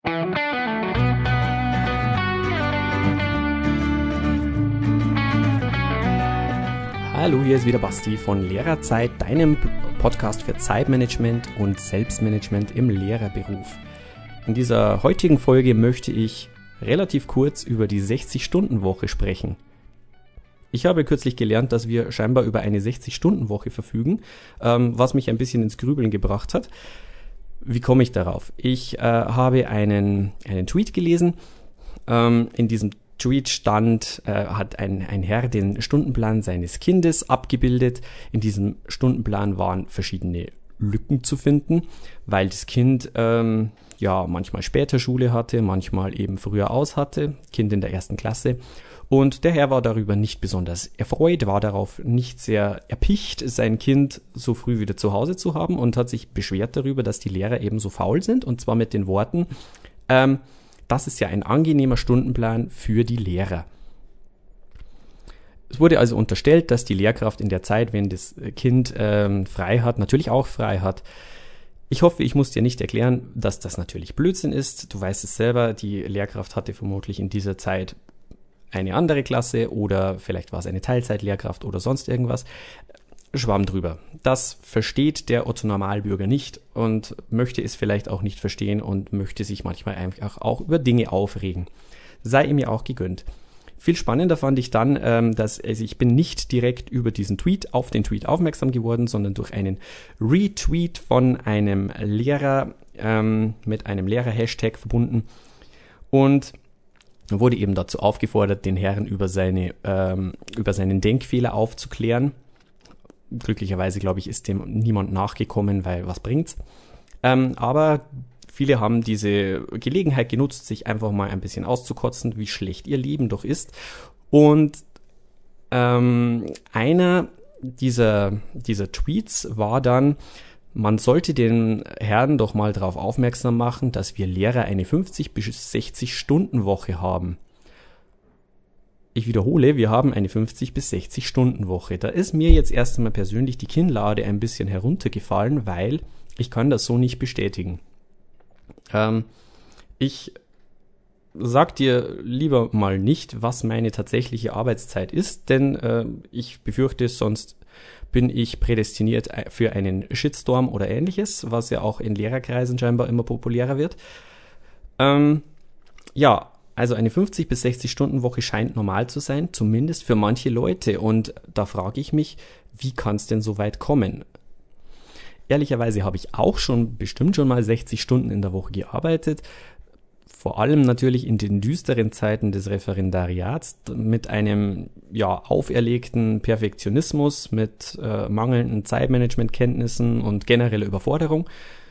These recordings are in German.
Hallo, hier ist wieder Basti von Lehrerzeit, deinem Podcast für Zeitmanagement und Selbstmanagement im Lehrerberuf. In dieser heutigen Folge möchte ich relativ kurz über die 60-Stunden-Woche sprechen. Ich habe kürzlich gelernt, dass wir scheinbar über eine 60-Stunden-Woche verfügen, was mich ein bisschen ins Grübeln gebracht hat. Wie komme ich darauf? Ich habe einen Tweet gelesen. In diesem Tweet stand, hat ein Herr den Stundenplan seines Kindes abgebildet. In diesem Stundenplan waren verschiedene Lücken zu finden, weil das Kind manchmal später Schule hatte, manchmal eben früher aus hatte, Kind in der 1. Klasse. Und der Herr war darüber nicht besonders erfreut, war darauf nicht sehr erpicht, sein Kind so früh wieder zu Hause zu haben und hat sich beschwert darüber, dass die Lehrer eben so faul sind, und zwar mit den Worten, das ist ja ein angenehmer Stundenplan für die Lehrer. Es wurde also unterstellt, dass die Lehrkraft in der Zeit, wenn das Kind frei hat, natürlich auch frei hat. Ich hoffe, ich muss dir nicht erklären, dass das natürlich Blödsinn ist. Du weißt es selber, die Lehrkraft hatte vermutlich in dieser Zeit eine andere Klasse oder vielleicht war es eine Teilzeitlehrkraft oder sonst irgendwas. Schwamm drüber. Das versteht der Otto-Normalbürger nicht und möchte es vielleicht auch nicht verstehen und möchte sich manchmal einfach auch über Dinge aufregen. Sei ihm ja auch gegönnt. Viel spannender fand ich dann, ich bin nicht direkt über diesen Tweet auf den Tweet aufmerksam geworden, sondern durch einen Retweet von einem Lehrer mit einem Lehrer-Hashtag verbunden, und wurde eben dazu aufgefordert, den Herrn über seinen Denkfehler aufzuklären. Glücklicherweise, glaube ich, ist dem niemand nachgekommen, weil was bringt's? Aber viele haben diese Gelegenheit genutzt, sich einfach mal ein bisschen auszukotzen, wie schlecht ihr Leben doch ist. Und einer dieser Tweets war dann, man sollte den Herrn doch mal darauf aufmerksam machen, dass wir Lehrer eine 50 bis 60 Stunden Woche haben. Ich wiederhole, wir haben eine 50 bis 60 Stunden Woche. Da ist mir jetzt erst einmal persönlich die Kinnlade ein bisschen heruntergefallen, weil ich kann das so nicht bestätigen. Ich sag dir lieber mal nicht, was meine tatsächliche Arbeitszeit ist, denn ich befürchte, sonst bin ich prädestiniert für einen Shitstorm oder ähnliches, was ja auch in Lehrerkreisen scheinbar immer populärer wird. Also eine 50 bis 60 Stunden Woche scheint normal zu sein, zumindest für manche Leute. Und da frage ich mich, wie kann es denn so weit kommen? Ehrlicherweise habe ich auch bestimmt schon mal 60 Stunden in der Woche gearbeitet. Vor allem natürlich in den düsteren Zeiten des Referendariats mit einem auferlegten Perfektionismus, mit mangelnden Zeitmanagementkenntnissen und genereller Überforderung.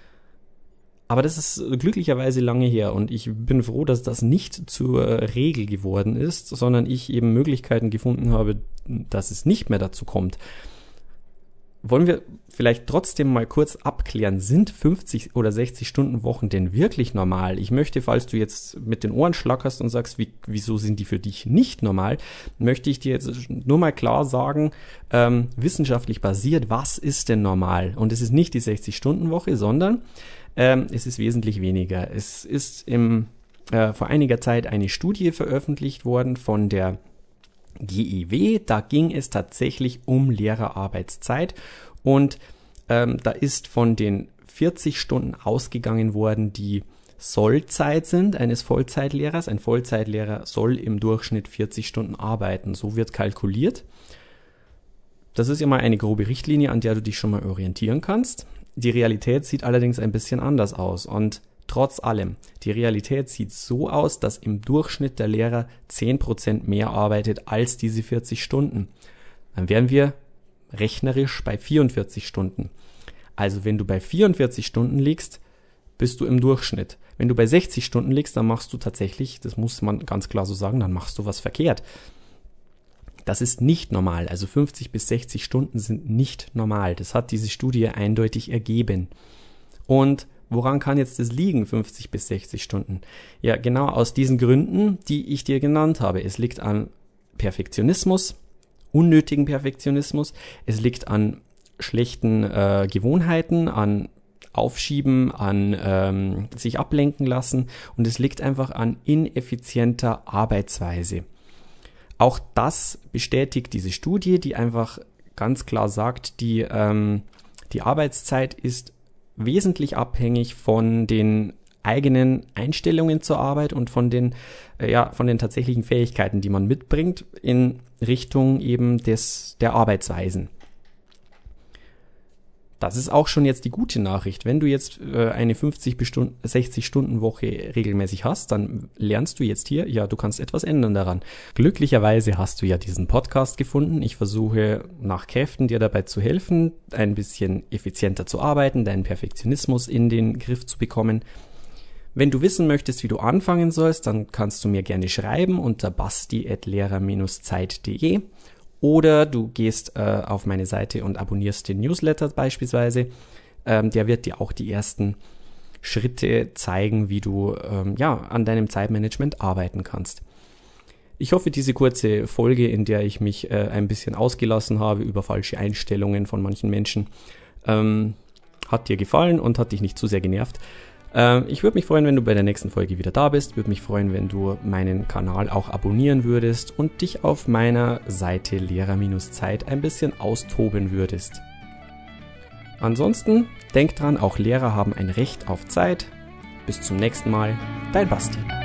Aber das ist glücklicherweise lange her und ich bin froh, dass das nicht zur Regel geworden ist, sondern ich eben Möglichkeiten gefunden habe, dass es nicht mehr dazu kommt. Wollen wir vielleicht trotzdem mal kurz abklären, sind 50 oder 60 Stunden Wochen denn wirklich normal? Ich möchte, falls du jetzt mit den Ohren schlackerst und sagst, wieso sind die für dich nicht normal, möchte ich dir jetzt nur mal klar sagen, wissenschaftlich basiert, was ist denn normal? Und es ist nicht die 60-Stunden-Woche, sondern es ist wesentlich weniger. Es ist vor einiger Zeit eine Studie veröffentlicht worden von der GEW. Da ging es tatsächlich um Lehrerarbeitszeit und da ist von den 40 Stunden ausgegangen worden, die Sollzeit sind eines Vollzeitlehrers. Ein Vollzeitlehrer soll im Durchschnitt 40 Stunden arbeiten. So wird kalkuliert. Das ist ja mal eine grobe Richtlinie, an der du dich schon mal orientieren kannst. Die Realität sieht allerdings ein bisschen anders aus und trotz allem, die Realität sieht so aus, dass im Durchschnitt der Lehrer 10% mehr arbeitet als diese 40 Stunden. Dann wären wir rechnerisch bei 44 Stunden. Also wenn du bei 44 Stunden liegst, bist du im Durchschnitt. Wenn du bei 60 Stunden liegst, dann machst du tatsächlich, das muss man ganz klar so sagen, dann machst du was verkehrt. Das ist nicht normal. Also 50 bis 60 Stunden sind nicht normal. Das hat diese Studie eindeutig ergeben. Und woran kann jetzt das liegen, 50 bis 60 Stunden? Ja, genau aus diesen Gründen, die ich dir genannt habe. Es liegt an Perfektionismus, unnötigen Perfektionismus. Es liegt an schlechten Gewohnheiten, an Aufschieben, an sich ablenken lassen und es liegt einfach an ineffizienter Arbeitsweise. Auch das bestätigt diese Studie, die einfach ganz klar sagt, die Arbeitszeit ist wesentlich abhängig von den eigenen Einstellungen zur Arbeit und von den tatsächlichen Fähigkeiten, die man mitbringt in Richtung eben der Arbeitsweisen. Das ist auch schon jetzt die gute Nachricht. Wenn du jetzt eine 60-Stunden-Woche regelmäßig hast, dann lernst du jetzt hier, ja, du kannst etwas ändern daran. Glücklicherweise hast du ja diesen Podcast gefunden. Ich versuche nach Kräften dir dabei zu helfen, ein bisschen effizienter zu arbeiten, deinen Perfektionismus in den Griff zu bekommen. Wenn du wissen möchtest, wie du anfangen sollst, dann kannst du mir gerne schreiben unter basti@lehrer-zeit.de. Oder du gehst auf meine Seite und abonnierst den Newsletter beispielsweise. Der wird dir auch die ersten Schritte zeigen, wie du an deinem Zeitmanagement arbeiten kannst. Ich hoffe, diese kurze Folge, in der ich mich ein bisschen ausgelassen habe über falsche Einstellungen von manchen Menschen, hat dir gefallen und hat dich nicht zu sehr genervt. Ich würde mich freuen, wenn du bei der nächsten Folge wieder da bist. Würde mich freuen, wenn du meinen Kanal auch abonnieren würdest und dich auf meiner Seite Lehrer-Zeit ein bisschen austoben würdest. Ansonsten, denk dran, auch Lehrer haben ein Recht auf Zeit. Bis zum nächsten Mal, dein Basti.